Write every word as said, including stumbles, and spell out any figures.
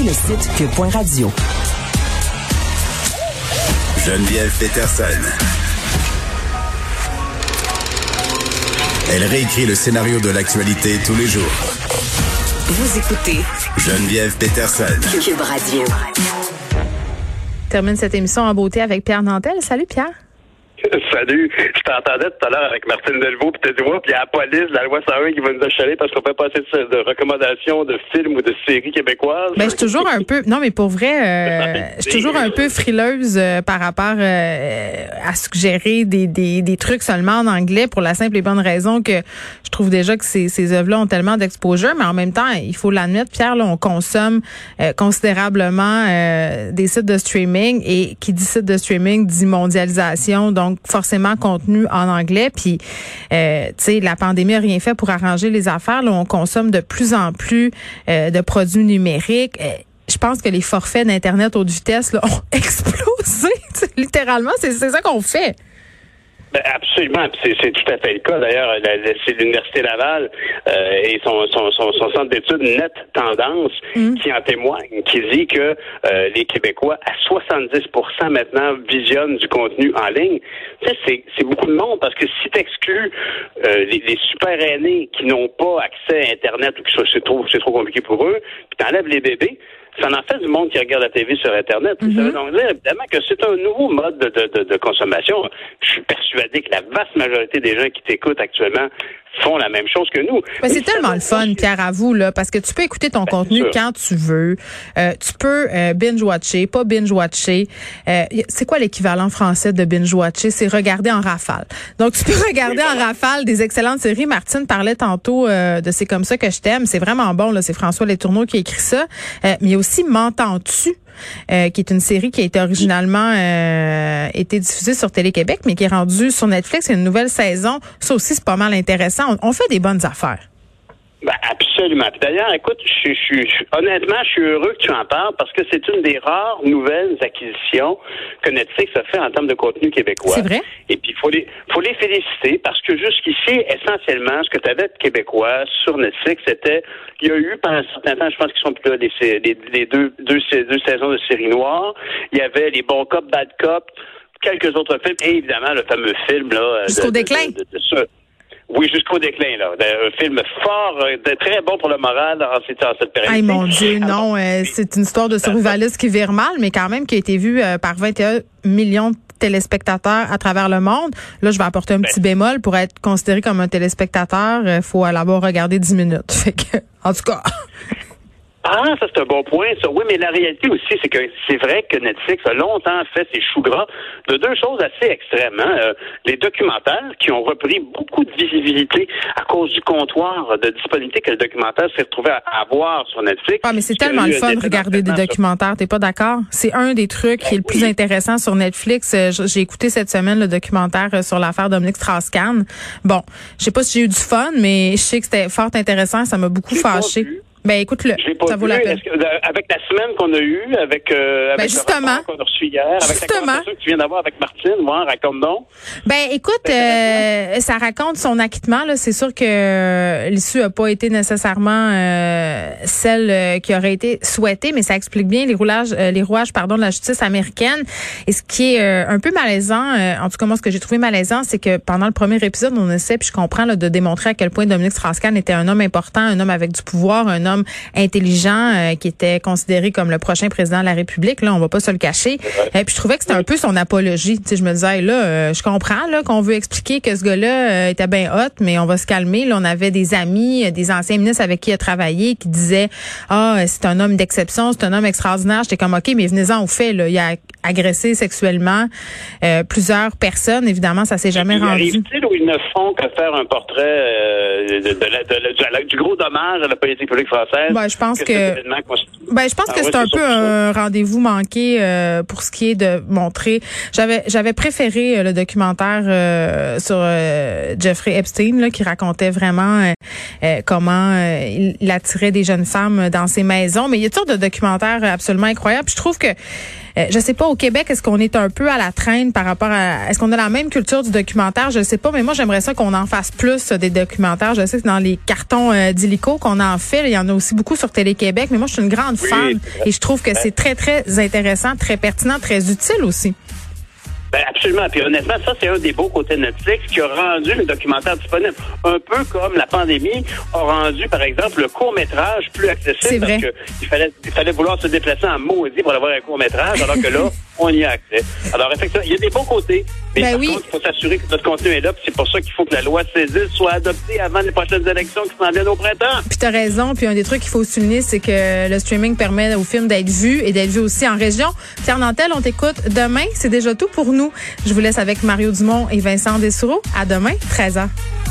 le site cube point radio. Geneviève Peterson. Elle réécrit le scénario de l'actualité tous les jours. Vous écoutez Geneviève Peterson. Cube Radio. On termine cette émission en beauté avec Pierre Nantel. Salut Pierre. Salut. Je t'entendais tout à l'heure avec Martine Delvaux, puis t'as dit, ouais, puis il y a la police, la loi cent un qui va nous achaler parce qu'on fait pas assez de, de recommandations de films ou de séries québécoises. Ben, je suis toujours un peu, non, mais pour vrai, euh, je suis toujours un peu frileuse euh, par rapport euh, à suggérer des, des, des trucs seulement en anglais pour la simple et bonne raison que je trouve déjà que ces, ces œuvres-là ont tellement d'exposure, mais en même temps, il faut l'admettre, Pierre, là, on consomme euh, considérablement euh, des sites de streaming, et qui dit site de streaming dit mondialisation, donc forcément contenu en anglais. Puis, euh, tu sais, la pandémie n'a rien fait pour arranger les affaires. Là, on consomme de plus en plus euh, de produits numériques. Euh, je pense que les forfaits d'Internet haute vitesse là, ont explosé. Littéralement, c'est, c'est ça qu'on fait. Ben absolument, c'est, c'est tout à fait le cas. D'ailleurs, la, la, c'est l'Université Laval euh, et son, son, son, son centre d'études Net Tendance mmh. qui en témoigne, qui dit que euh, les Québécois, à soixante-dix pour cent maintenant, visionnent du contenu en ligne. Tu sais, c'est, c'est beaucoup de monde, parce que si tu exclus euh, les, les super aînés qui n'ont pas accès à Internet ou qui sont, c'est trop, c'est trop compliqué pour eux, puis t'enlèves les bébés, ça en fait du monde qui regarde la T V sur Internet. Mm-hmm. Ça veut donc dire, évidemment, que c'est un nouveau mode de, de, de, de consommation. Je suis persuadé que la vaste majorité des gens qui t'écoutent actuellement font la même chose que nous. Mais c'est tellement le fun, Pierre, à vous, là, parce que tu peux écouter ton ben, contenu quand tu veux. Euh, tu peux euh, binge-watcher, pas binge-watcher. Euh, c'est quoi l'équivalent français de binge-watcher? C'est regarder en rafale. Donc, tu peux regarder oui, en rafale des excellentes séries. Martine parlait tantôt euh, de C'est comme ça que je t'aime. C'est vraiment bon, là. C'est François Letourneau qui a écrit ça. Euh, mais il y a aussi M'entends-tu? Euh, qui est une série qui a été originalement euh, été diffusée sur Télé-Québec, mais qui est rendue sur Netflix. Il y a une nouvelle saison. Ça aussi, c'est pas mal intéressant. On, on fait des bonnes affaires. Ben absolument. Puis d'ailleurs, écoute, je, je, je, honnêtement, je suis heureux que tu en parles, parce que c'est une des rares nouvelles acquisitions que Netflix a fait en termes de contenu québécois. C'est vrai. Et puis il faut les, faut les féliciter, parce que jusqu'ici, essentiellement, ce que tu avais de québécois sur Netflix, c'était, il y a eu pendant un certain temps, je pense qu'ils sont plus là, les, les, les deux, deux, deux saisons de séries noires. Il y avait les bons cops, bad cops, quelques autres films, et évidemment le fameux film là. Jusqu'au de, déclin. De, de, de, de ça. Oui, jusqu'au déclin, là. Un film fort, très bon pour le moral en cette, en cette période. Ay, mon Dieu, non. Euh, c'est une histoire de survivaliste qui vire mal, mais quand même qui a été vue euh, par vingt et un millions de téléspectateurs à travers le monde. Là, je vais apporter un ben. petit bémol. Pour être considéré comme un téléspectateur, il faut à l'abord regarder dix minutes. Fait que, en tout cas... Ah, ça c'est un bon point, ça. Oui, mais la réalité aussi, c'est que c'est vrai que Netflix a longtemps fait ses choux gras de deux choses assez extrêmes. Hein? Euh, les documentaires qui ont repris beaucoup de visibilité à cause du comptoir de disponibilité que le documentaire s'est retrouvé à avoir sur Netflix. Ah, mais c'est tellement le fun de regarder des documentaires, t'es pas d'accord? C'est un des trucs ben, qui est le plus oui. intéressant sur Netflix. J'ai écouté cette semaine le documentaire sur l'affaire Dominique Strauss-Kahn. Bon, je sais pas si j'ai eu du fun, mais je sais que c'était fort intéressant, ça m'a beaucoup fâché. Ben écoute-le, ça vaut la peine. Que, avec la semaine qu'on a eue, avec, euh, avec ben justement, le qu'on a reçu hier, avec justement. la conversation que tu viens d'avoir avec Martine, moi, raconte donc. Ben écoute, euh, ça raconte son acquittement. Là, c'est sûr que l'issue a pas été nécessairement euh, celle qui aurait été souhaitée, mais ça explique bien les roulages, euh, les rouages, pardon, de la justice américaine. Et ce qui est euh, un peu malaisant, euh, en tout cas moi, ce que j'ai trouvé malaisant, c'est que pendant le premier épisode, on essaie, puis je comprends, là, de démontrer à quel point Dominique Strauss-Kahn était un homme important, un homme avec du pouvoir, un homme intelligent euh, qui était considéré comme le prochain président de la République. Là, on va pas se le cacher. Et puis je trouvais que c'était un peu son apologie. Tu sais, je me disais, là, euh, je comprends là qu'on veut expliquer que ce gars-là euh, était bien hot, mais on va se calmer. Là, on avait des amis, des anciens ministres avec qui il a travaillé, qui disaient, ah, c'est un homme d'exception, c'est un homme extraordinaire. J'étais comme, ok, mais venez-en au fait. Là, il a agressé sexuellement euh, plusieurs personnes. Évidemment, ça s'est jamais rendu. Arrive-t-il où ils ne font que faire un portrait euh, de, de, de, de, de, du gros dommage à la politique publique française? Ben, je pense que, que ben, je pense ah, que ouais, c'est un peu un rendez-vous manqué euh, pour ce qui est de montrer. J'avais, j'avais préféré euh, le documentaire euh, sur euh, Jeffrey Epstein là, qui racontait vraiment euh, euh, comment euh, il, il attirait des jeunes femmes dans ses maisons. Mais il y a toutes sortes de documentaires absolument incroyables. Puis je trouve que Euh, je sais pas, au Québec, est-ce qu'on est un peu à la traîne par rapport à... Est-ce qu'on a la même culture du documentaire? Je sais pas, mais moi, j'aimerais ça qu'on en fasse plus des documentaires. Je sais que dans les cartons euh, d'Illico qu'on en fait, là, il y en a aussi beaucoup sur Télé-Québec, mais moi, je suis une grande oui, fan et je trouve que c'est très, très intéressant, très pertinent, très utile aussi. Ben absolument. Puis honnêtement, ça, c'est un des beaux côtés de Netflix qui a rendu le documentaire disponible. Un peu comme la pandémie a rendu, par exemple, le court-métrage plus accessible. C'est vrai. Parce que il fallait, il fallait vouloir se déplacer en maudit pour avoir un court-métrage, alors que là, on y a accès. Alors, effectivement, il y a des bons côtés. Mais ben par oui. contre, il faut s'assurer que notre contenu est là. Puis c'est pour ça qu'il faut que la loi seize soit adoptée avant les prochaines élections qui s'en viennent au printemps. Puis t'as raison. Puis un des trucs qu'il faut souligner, c'est que le streaming permet aux films d'être vus et d'être vus aussi en région. Pierre Nantel, on t'écoute demain. C'est déjà tout pour nous. Je vous laisse avec Mario Dumont et Vincent Dessoureau. À demain, treize heures.